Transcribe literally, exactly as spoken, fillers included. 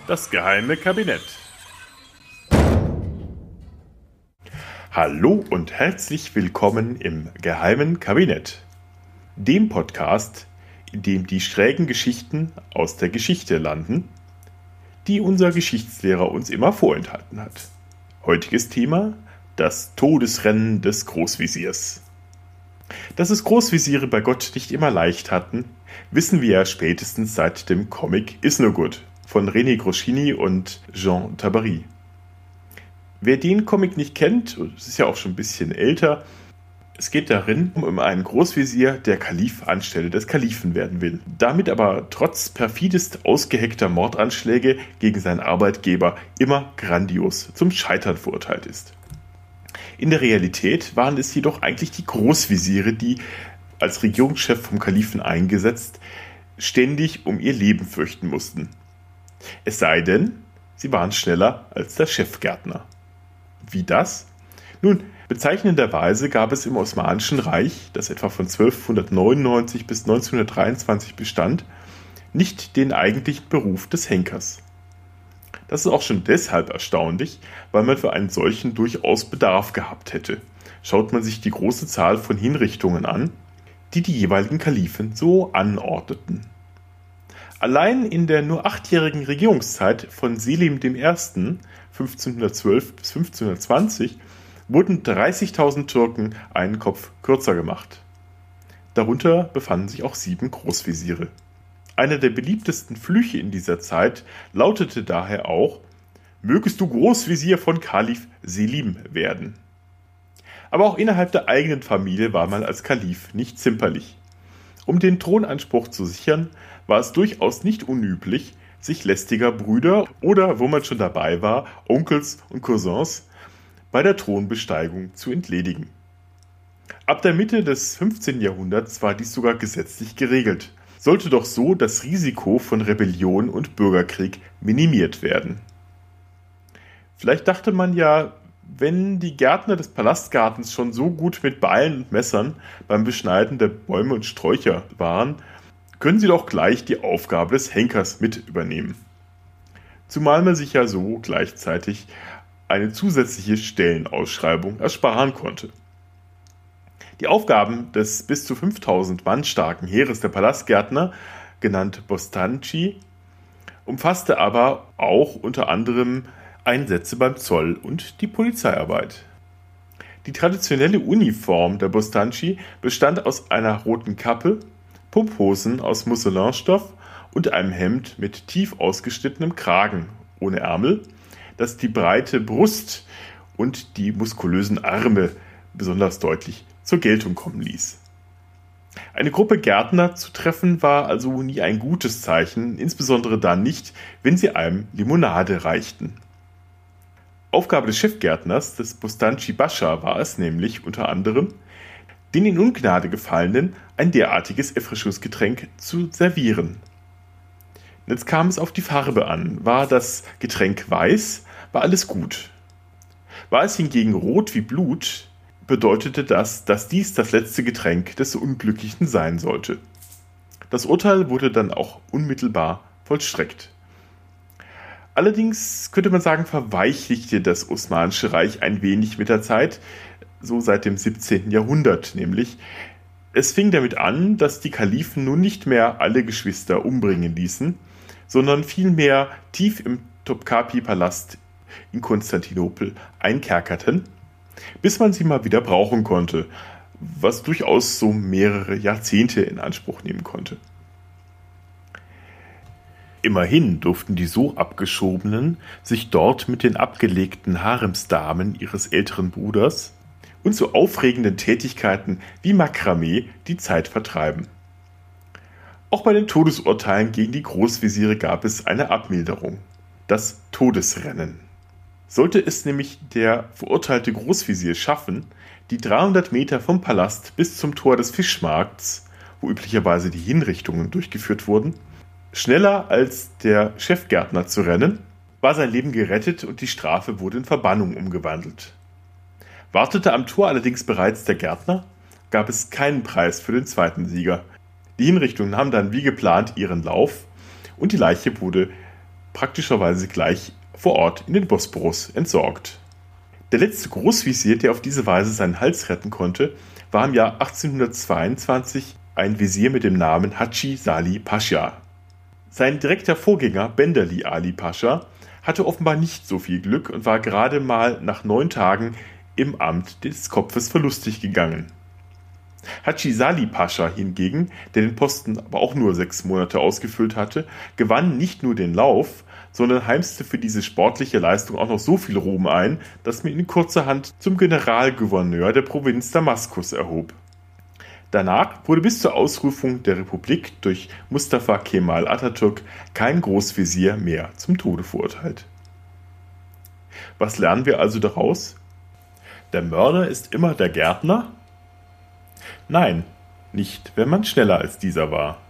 Das geheime Kabinett. Hallo und herzlich willkommen im geheimen Kabinett, dem Podcast, in dem die schrägen Geschichten aus der Geschichte landen, die unser Geschichtslehrer uns immer vorenthalten hat. Heutiges Thema: das Todesrennen des Großveziers. Dass es Großveziere bei Gott nicht immer leicht hatten, wissen wir ja spätestens seit dem Comic Is No Good von René Goscinny und Jean Tabary. Wer den Comic nicht kennt, es ist ja auch schon ein bisschen älter, es geht darin um einen Großvezier, der Kalif anstelle des Kalifen werden will, damit aber trotz perfidest ausgeheckter Mordanschläge gegen seinen Arbeitgeber immer grandios zum Scheitern verurteilt ist. In der Realität waren es jedoch eigentlich die Großveziere, die, als Regierungschef vom Kalifen eingesetzt, ständig um ihr Leben fürchten mussten. Es sei denn, sie waren schneller als der Chefgärtner. Wie das? Nun, bezeichnenderweise gab es im Osmanischen Reich, das etwa von zwölfhundertneunundneunzig bis neunzehnhundertdreiundzwanzig bestand, nicht den eigentlichen Beruf des Henkers. Das ist auch schon deshalb erstaunlich, weil man für einen solchen durchaus Bedarf gehabt hätte. Schaut man sich die große Zahl von Hinrichtungen an, die die jeweiligen Kalifen so anordneten. Allein in der nur achtjährigen Regierungszeit von Selim I. fünfzehnhundertzwölf bis fünfzehnhundertzwanzig wurden dreißigtausend Türken einen Kopf kürzer gemacht. Darunter befanden sich auch sieben Großveziere. Einer der beliebtesten Flüche in dieser Zeit lautete daher auch: Mögest du Großvezier von Kalif Selim werden. Aber auch innerhalb der eigenen Familie war man als Kalif nicht zimperlich. Um den Thronanspruch zu sichern, war es durchaus nicht unüblich, sich lästiger Brüder oder, wo man schon dabei war, Onkels und Cousins bei der Thronbesteigung zu entledigen. Ab der Mitte des fünfzehnten Jahrhunderts war dies sogar gesetzlich geregelt, sollte doch so das Risiko von Rebellion und Bürgerkrieg minimiert werden. Vielleicht dachte man ja, wenn die Gärtner des Palastgartens schon so gut mit Beilen und Messern beim Beschneiden der Bäume und Sträucher waren, können sie doch gleich die Aufgabe des Henkers mit übernehmen. Zumal man sich ja so gleichzeitig eine zusätzliche Stellenausschreibung ersparen konnte. Die Aufgaben des bis zu fünftausend Mann starken Heeres der Palastgärtner, genannt Bostanci, umfasste aber auch unter anderem Einsätze beim Zoll und die Polizeiarbeit. Die traditionelle Uniform der Bostanci bestand aus einer roten Kappe, Pumphosen aus Musselinstoff und einem Hemd mit tief ausgeschnittenem Kragen ohne Ärmel, das die breite Brust und die muskulösen Arme besonders deutlich zur Geltung kommen ließ. Eine Gruppe Gärtner zu treffen war also nie ein gutes Zeichen, insbesondere dann nicht, wenn sie einem Limonade reichten. Aufgabe des Chefgärtners, des Bostanci Bascha, war es nämlich unter anderem, den in Ungnade Gefallenen ein derartiges Erfrischungsgetränk zu servieren. Jetzt kam es auf die Farbe an. War das Getränk weiß, war alles gut. War es hingegen rot wie Blut, bedeutete das, dass dies das letzte Getränk des Unglücklichen sein sollte. Das Urteil wurde dann auch unmittelbar vollstreckt. Allerdings könnte man sagen, verweichlichte das Osmanische Reich ein wenig mit der Zeit, so seit dem siebzehnten Jahrhundert nämlich. Es fing damit an, dass die Kalifen nun nicht mehr alle Geschwister umbringen ließen, sondern vielmehr tief im Topkapi-Palast in Konstantinopel einkerkerten, bis man sie mal wieder brauchen konnte, was durchaus so mehrere Jahrzehnte in Anspruch nehmen konnte. Immerhin durften die so Abgeschobenen sich dort mit den abgelegten Haremsdamen ihres älteren Bruders und so aufregenden Tätigkeiten wie Makramee die Zeit vertreiben. Auch bei den Todesurteilen gegen die Großveziere gab es eine Abmilderung: das Todesrennen. Sollte es nämlich der verurteilte Großvezier schaffen, die dreihundert Meter vom Palast bis zum Tor des Fischmarkts, wo üblicherweise die Hinrichtungen durchgeführt wurden, schneller als der Chefgärtner zu rennen, war sein Leben gerettet und die Strafe wurde in Verbannung umgewandelt. Wartete am Tor allerdings bereits der Gärtner, gab es keinen Preis für den zweiten Sieger. Die Hinrichtungen nahmen dann wie geplant ihren Lauf und die Leiche wurde praktischerweise gleich vor Ort in den Bosporus entsorgt. Der letzte Großvisier, der auf diese Weise seinen Hals retten konnte, war im Jahr achtzehnhundertzweiundzwanzig ein Visier mit dem Namen Hadschi Salih Pascha. Sein direkter Vorgänger Benderli Ali Pascha hatte offenbar nicht so viel Glück und war gerade mal nach neun Tagen im Amt des Kopfes verlustig gegangen. Hadschi Salih Pascha hingegen, der den Posten aber auch nur sechs Monate ausgefüllt hatte, gewann nicht nur den Lauf, sondern heimste für diese sportliche Leistung auch noch so viel Ruhm ein, dass man ihn kurzerhand zum Generalgouverneur der Provinz Damaskus erhob. Danach wurde bis zur Ausrufung der Republik durch Mustafa Kemal Atatürk kein Großvisier mehr zum Tode verurteilt. Was lernen wir also daraus? Der Mörder ist immer der Gärtner? Nein, nicht, wenn man schneller als dieser war.